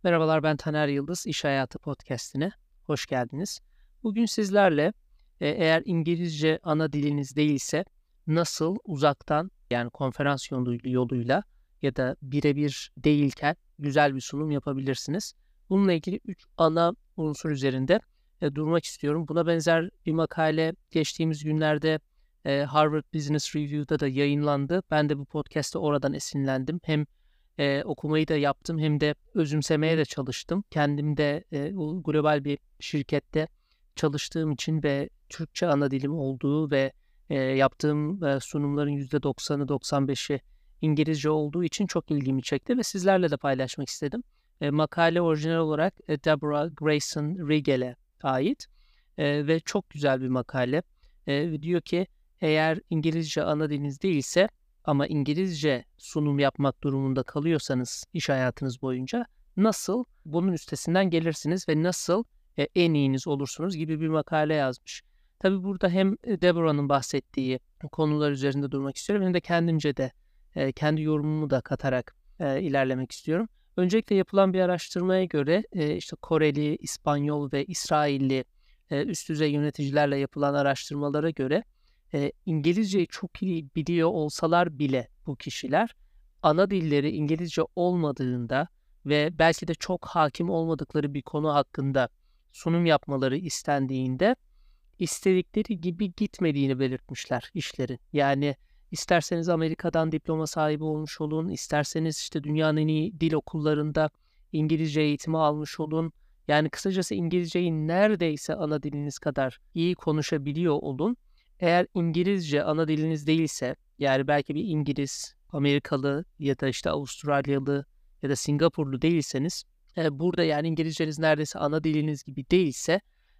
Merhabalar, ben Taner Yıldız. İş Hayatı Podcast'ine hoş geldiniz. Bugün sizlerle eğer İngilizce ana diliniz değilse nasıl uzaktan, yani konferans yoluyla ya da birebir değilken güzel bir sunum yapabilirsiniz? Bununla ilgili 3 ana unsur üzerinde durmak istiyorum. Buna benzer bir makale geçtiğimiz günlerde Harvard Business Review'da da yayınlandı. Ben de bu podcast'te oradan esinlendim. Hem okumayı da yaptım hem de özümsemeye de çalıştım. Kendim de global bir şirkette çalıştığım için ve Türkçe ana dilim olduğu ve yaptığım sunumların %90'ı 95'i İngilizce olduğu için çok ilgimi çekti ve sizlerle de paylaşmak istedim. Makale orijinal olarak Deborah Grayson Rigel'e ait ve çok güzel bir makale. Diyor ki eğer İngilizce ana diliniz değilse ama İngilizce sunum yapmak durumunda kalıyorsanız iş hayatınız boyunca nasıl bunun üstesinden gelirsiniz ve nasıl en iyiniz olursunuz gibi bir makale yazmış. Tabii burada hem Deborah'nın bahsettiği konular üzerinde durmak istiyorum hem de kendimce de kendi yorumumu da katarak ilerlemek istiyorum. Öncelikle yapılan bir araştırmaya göre işte Koreli, İspanyol ve İsrailli üst düzey yöneticilerle yapılan araştırmalara göre İngilizceyi çok iyi biliyor olsalar bile bu kişiler ana dilleri İngilizce olmadığında ve belki de çok hakim olmadıkları bir konu hakkında sunum yapmaları istendiğinde istedikleri gibi gitmediğini belirtmişler işlerin. Yani isterseniz Amerika'dan diploma sahibi olmuş olun, isterseniz işte dünyanın en iyi dil okullarında İngilizce eğitimi almış olun. Yani kısacası İngilizceyi neredeyse ana diliniz kadar iyi konuşabiliyor olun. Eğer İngilizce ana diliniz değilse, yani belki bir İngiliz, Amerikalı ya da işte Avustralyalı ya da Singapurlu değilseniz, burada yani İngilizceniz neredeyse ana diliniz gibi değilse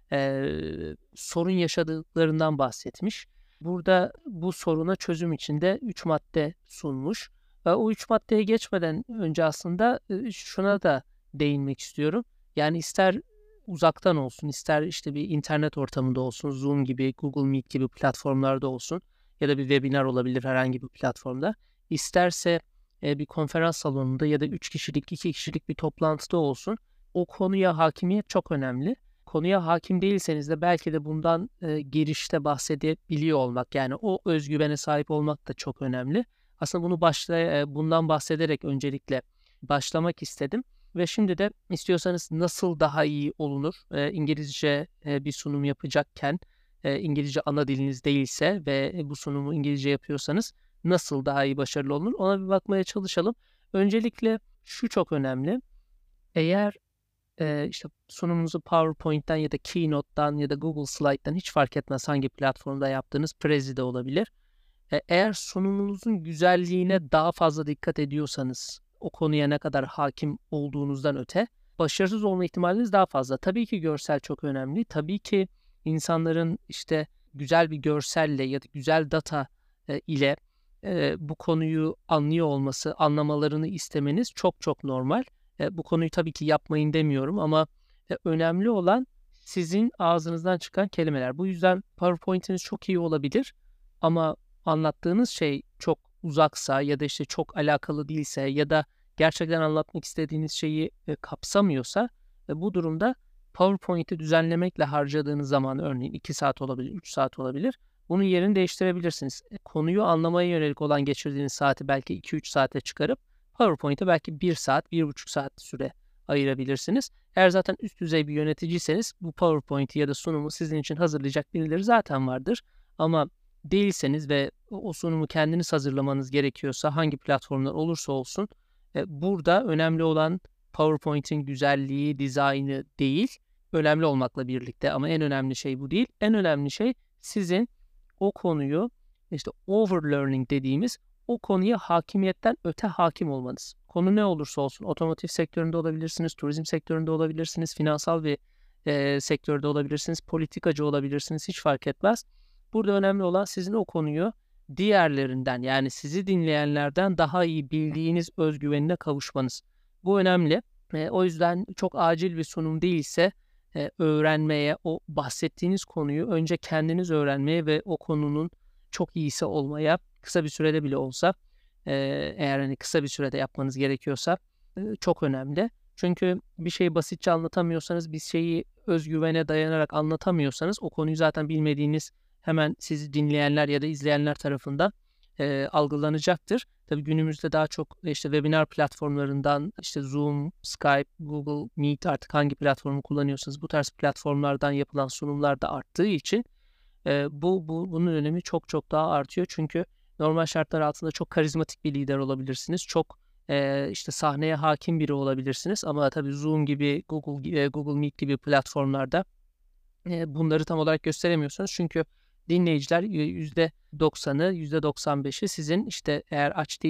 sorun yaşadıklarından bahsetmiş. Burada bu soruna çözüm için de 3 madde sunmuş. O 3 maddeye geçmeden önce aslında şuna da değinmek istiyorum. Yani ister uzaktan olsun, ister işte bir internet ortamında olsun, Zoom gibi, Google Meet gibi platformlarda olsun ya da bir webinar olabilir herhangi bir platformda. İsterse bir konferans salonunda ya da 3 kişilik, 2 kişilik bir toplantıda olsun. O konuya hakimiyet çok önemli. Konuya hakim değilseniz de belki de bundan girişte bahsedebiliyor olmak, yani o özgüvene sahip olmak da çok önemli. Aslında bundan bahsederek öncelikle başlamak istedim. Ve şimdi de istiyorsanız nasıl daha iyi olunur İngilizce bir sunum yapacakken İngilizce ana diliniz değilse ve bu sunumu İngilizce yapıyorsanız nasıl daha iyi başarılı olunur ona bir bakmaya çalışalım. Öncelikle şu çok önemli. Eğer işte sunumunuzu PowerPoint'ten ya da Keynote'dan ya da Google Slide'dan hiç fark etmez hangi platformda yaptığınız Prezi de olabilir. Eğer sunumunuzun güzelliğine daha fazla dikkat ediyorsanız o konuya ne kadar hakim olduğunuzdan öte başarısız olma ihtimaliniz daha fazla. Tabii ki görsel çok önemli. Tabii ki insanların işte güzel bir görselle ya da güzel data ile bu konuyu anlıyor olması, anlamalarını istemeniz çok çok normal. Bu konuyu tabii ki yapmayın demiyorum ama önemli olan sizin ağzınızdan çıkan kelimeler. Bu yüzden PowerPoint'iniz çok iyi olabilir ama anlattığınız şey çok uzaksa ya da işte çok alakalı değilse ya da gerçekten anlatmak istediğiniz şeyi kapsamıyorsa bu durumda PowerPoint'i düzenlemekle harcadığınız zaman örneğin 2 saat olabilir, 3 saat olabilir. Bunun yerini değiştirebilirsiniz. Konuyu anlamaya yönelik olan geçirdiğiniz saati belki 2-3 saate çıkarıp PowerPoint'e belki 1 saat, 1,5 saat süre ayırabilirsiniz. Eğer zaten üst düzey bir yöneticiyseniz bu PowerPoint'i ya da sunumu sizin için hazırlayacak birileri zaten vardır. Ama değilseniz ve o sunumu kendiniz hazırlamanız gerekiyorsa hangi platformlar olursa olsun burada önemli olan PowerPoint'in güzelliği, dizaynı değil, önemli olmakla birlikte ama en önemli şey bu değil. En önemli şey sizin o konuyu işte overlearning dediğimiz o konuya hakimiyetten öte hakim olmanız. Konu ne olursa olsun otomotiv sektöründe olabilirsiniz, turizm sektöründe olabilirsiniz, finansal bir sektörde olabilirsiniz, politikacı olabilirsiniz, hiç fark etmez. Burada önemli olan sizin o konuyu diğerlerinden, yani sizi dinleyenlerden daha iyi bildiğiniz özgüvenine kavuşmanız. Bu önemli. O yüzden çok acil bir sunum değilse öğrenmeye, o bahsettiğiniz konuyu önce kendiniz öğrenmeye ve o konunun çok iyisi olmaya kısa bir sürede bile olsa eğer hani kısa bir sürede yapmanız gerekiyorsa çok önemli. Çünkü bir şeyi basitçe anlatamıyorsanız, bir şeyi özgüvene dayanarak anlatamıyorsanız o konuyu zaten bilmediğiniz hemen sizi dinleyenler ya da izleyenler tarafından algılanacaktır. Tabii günümüzde daha çok işte webinar platformlarından, işte Zoom, Skype, Google Meet, artık hangi platformu kullanıyorsanız bu tarz platformlardan yapılan sunumlar da arttığı için bunun önemi çok çok daha artıyor. Çünkü normal şartlar altında çok karizmatik bir lider olabilirsiniz. Çok işte sahneye hakim biri olabilirsiniz. Ama tabii Zoom gibi, Google Meet gibi platformlarda bunları tam olarak gösteremiyorsunuz. Çünkü dinleyiciler %90'ı, %95'i sizin işte eğer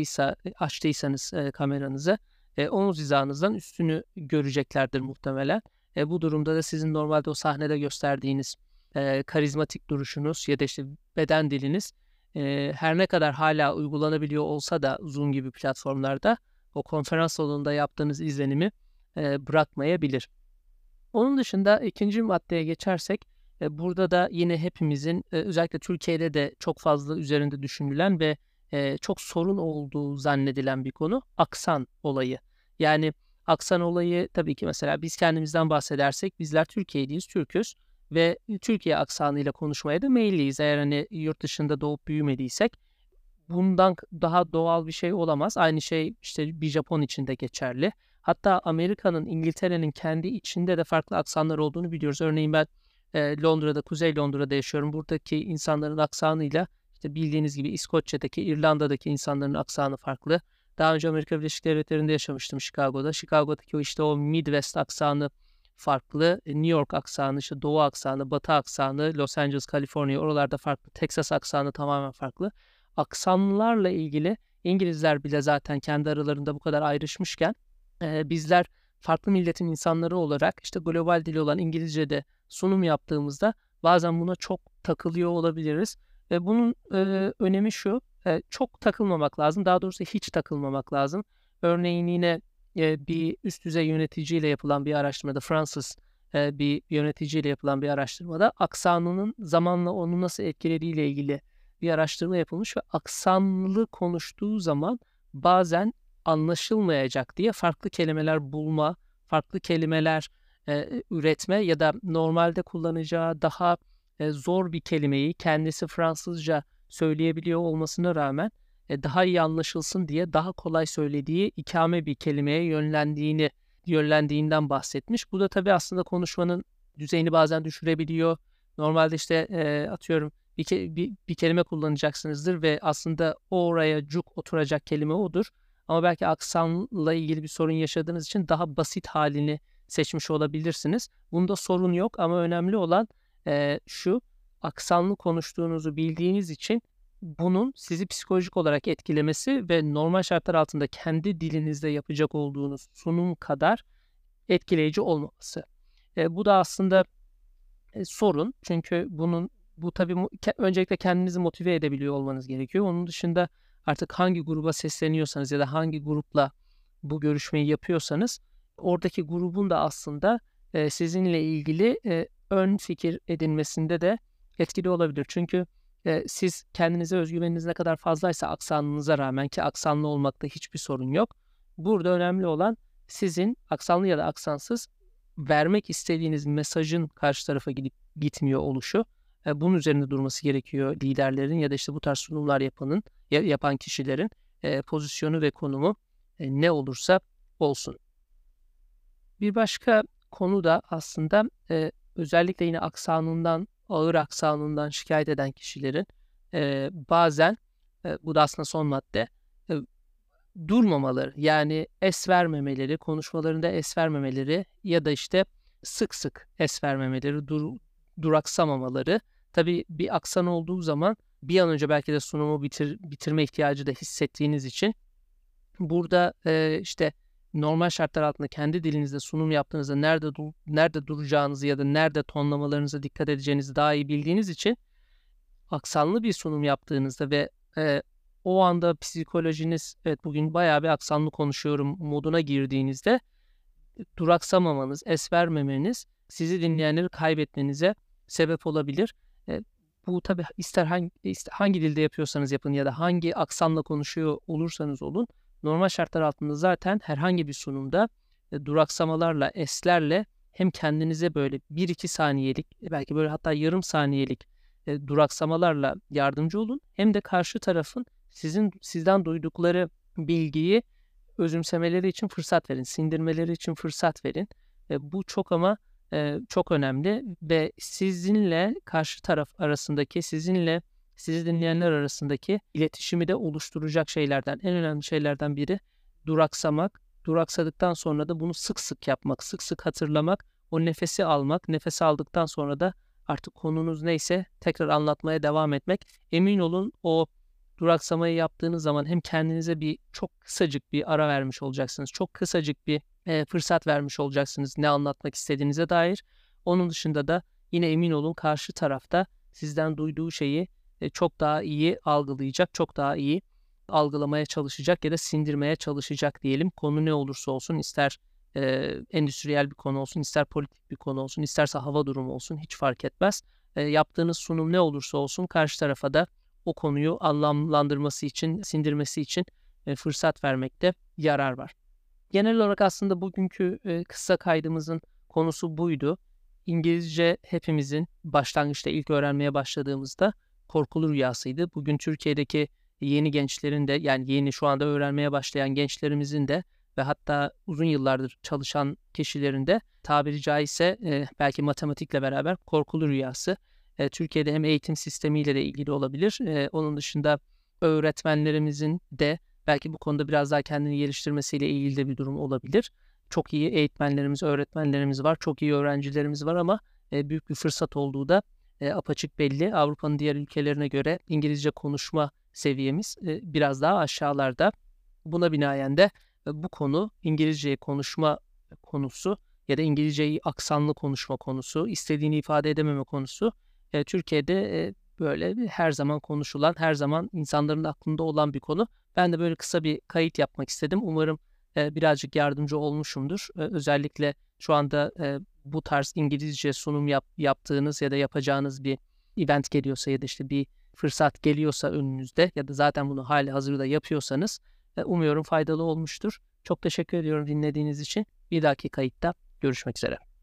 açtıysanız kameranızı omuz hizanızdan üstünü göreceklerdir muhtemelen. Bu durumda da sizin normalde o sahnede gösterdiğiniz karizmatik duruşunuz ya da işte beden diliniz her ne kadar hala uygulanabiliyor olsa da Zoom gibi platformlarda o konferans salonunda yaptığınız izlenimi bırakmayabilir. Onun dışında ikinci maddeye geçersek, burada da yine hepimizin özellikle Türkiye'de de çok fazla üzerinde düşünülen ve çok sorun olduğu zannedilen bir konu aksan olayı. Yani aksan olayı tabii ki mesela biz kendimizden bahsedersek bizler Türkiye'liyiz, Türk'üz ve Türkiye aksanıyla konuşmaya da meyilliyiz. Eğer hani yurt dışında doğup büyümediysek bundan daha doğal bir şey olamaz. Aynı şey işte bir Japon için de geçerli. Hatta Amerika'nın, İngiltere'nin kendi içinde de farklı aksanlar olduğunu biliyoruz. Örneğin ben Londra'da, Kuzey Londra'da yaşıyorum. Buradaki insanların aksanıyla işte bildiğiniz gibi İskoçya'daki, İrlanda'daki insanların aksanı farklı. Daha önce Amerika Birleşik Devletleri'nde yaşamıştım, Chicago'da. Chicago'daki o Midwest aksanı farklı. New York aksanı, işte Doğu aksanı, Batı aksanı, Los Angeles, Kaliforniya oralarda farklı. Texas aksanı tamamen farklı. Aksanlarla ilgili İngilizler bile zaten kendi aralarında bu kadar ayrışmışken bizler farklı milletin insanları olarak işte global dili olan İngilizce'de sunum yaptığımızda bazen buna çok takılıyor olabiliriz. Ve bunun önemi şu, çok takılmamak lazım. Daha doğrusu hiç takılmamak lazım. Örneğin yine bir üst düzey yöneticiyle yapılan bir araştırmada, Fransız bir yöneticiyle yapılan bir araştırmada aksanının zamanla onu nasıl etkilediğiyle ilgili bir araştırma yapılmış ve aksanlı konuştuğu zaman bazen anlaşılmayacak diye farklı kelimeler bulma, farklı kelimeler üretme ya da normalde kullanacağı daha zor bir kelimeyi kendisi Fransızca söyleyebiliyor olmasına rağmen daha iyi anlaşılsın diye daha kolay söylediği ikame bir kelimeye yönlendiğinden bahsetmiş. Bu da tabii aslında konuşmanın düzeyini bazen düşürebiliyor. Normalde işte atıyorum bir kelime kullanacaksınızdır ve aslında oraya cuk oturacak kelime odur. Ama belki aksanla ilgili bir sorun yaşadığınız için daha basit halini seçmiş olabilirsiniz. Bunda sorun yok ama önemli olan şu, aksanlı konuştuğunuzu bildiğiniz için bunun sizi psikolojik olarak etkilemesi ve normal şartlar altında kendi dilinizde yapacak olduğunuz sunum kadar etkileyici olmaması. Bu da aslında sorun. Çünkü bu tabii öncelikle kendinizi motive edebiliyor olmanız gerekiyor. Onun dışında artık hangi gruba sesleniyorsanız ya da hangi grupla bu görüşmeyi yapıyorsanız oradaki grubun da aslında sizinle ilgili ön fikir edinmesinde de etkili olabilir. Çünkü siz kendinize özgüveniniz ne kadar fazlaysa aksanınıza rağmen, ki aksanlı olmakta hiçbir sorun yok. Burada önemli olan sizin aksanlı ya da aksansız vermek istediğiniz mesajın karşı tarafa gitmiyor oluşu. Bunun üzerinde durması gerekiyor liderlerin ya da işte bu tarz sunumlar yapan kişilerin pozisyonu ve konumu ne olursa olsun. Bir başka konu da aslında özellikle yine ağır aksanından şikayet eden kişilerin bazen bu da aslında son madde, durmamaları, yani es vermemeleri, konuşmalarında es vermemeleri ya da işte sık sık es vermemeleri, duraksamamaları. Tabii bir aksan olduğu zaman bir an önce belki de sunumu bitirme ihtiyacı da hissettiğiniz için burada işte normal şartlar altında kendi dilinizde sunum yaptığınızda nerede duracağınızı ya da nerede tonlamalarınıza dikkat edeceğinizi daha iyi bildiğiniz için aksanlı bir sunum yaptığınızda ve o anda psikolojiniz evet bugün bayağı bir aksanlı konuşuyorum moduna girdiğinizde duraksamamanız, es vermemeniz sizi dinleyenleri kaybetmenize sebep olabilir. Bu tabii ister hangi dilde yapıyorsanız yapın ya da hangi aksanla konuşuyor olursanız olun, normal şartlar altında zaten herhangi bir sunumda duraksamalarla, eslerle hem kendinize böyle 1-2 saniyelik, belki böyle hatta yarım saniyelik duraksamalarla yardımcı olun. Hem de karşı tarafın sizden duydukları bilgiyi özümsemeleri için fırsat verin, sindirmeleri için fırsat verin. Bu çok ama çok önemli ve sizinle karşı taraf arasındaki, sizinle sizi dinleyenler arasındaki iletişimi de oluşturacak şeylerden, en önemli şeylerden biri duraksamak. Duraksadıktan sonra da bunu sık sık yapmak, sık sık hatırlamak, o nefesi almak, nefes aldıktan sonra da artık konunuz neyse tekrar anlatmaya devam etmek. Emin olun o duraksamayı yaptığınız zaman hem kendinize çok kısacık bir ara vermiş olacaksınız. Çok kısacık bir fırsat vermiş olacaksınız ne anlatmak istediğinize dair. Onun dışında da yine emin olun karşı tarafta sizden duyduğu şeyi çok daha iyi algılayacak, çok daha iyi algılamaya çalışacak ya da sindirmeye çalışacak diyelim. Konu ne olursa olsun, ister endüstriyel bir konu olsun, ister politik bir konu olsun, isterse hava durumu olsun, hiç fark etmez. Yaptığınız sunum ne olursa olsun karşı tarafa da o konuyu anlamlandırması için, sindirmesi için fırsat vermekte yarar var. Genel olarak aslında bugünkü kısa kaydımızın konusu buydu. İngilizce hepimizin başlangıçta ilk öğrenmeye başladığımızda korkulu rüyasıydı. Bugün Türkiye'deki yeni gençlerin de, yani yeni şu anda öğrenmeye başlayan gençlerimizin de ve hatta uzun yıllardır çalışan kişilerin de tabiri caizse belki matematikle beraber korkulu rüyası. Türkiye'de hem eğitim sistemiyle de ilgili olabilir. Onun dışında öğretmenlerimizin de belki bu konuda biraz daha kendini geliştirmesiyle ilgili de bir durum olabilir. Çok iyi eğitmenlerimiz, öğretmenlerimiz var. Çok iyi öğrencilerimiz var ama büyük bir fırsat olduğu da apaçık belli. Avrupa'nın diğer ülkelerine göre İngilizce konuşma seviyemiz biraz daha aşağılarda. Buna binaen de bu konu, İngilizceyi konuşma konusu ya da İngilizceyi aksanlı konuşma konusu, istediğini ifade edememe konusu Türkiye'de böyle her zaman konuşulan, her zaman insanların aklında olan bir konu. Ben de böyle kısa bir kayıt yapmak istedim. Umarım birazcık yardımcı olmuşumdur. Özellikle şu anda bu tarz İngilizce sunum yaptığınız ya da yapacağınız bir event geliyorsa ya da işte bir fırsat geliyorsa önünüzde ya da zaten bunu hali hazırda yapıyorsanız umuyorum faydalı olmuştur. Çok teşekkür ediyorum dinlediğiniz için. Bir dahaki kayıtta görüşmek üzere.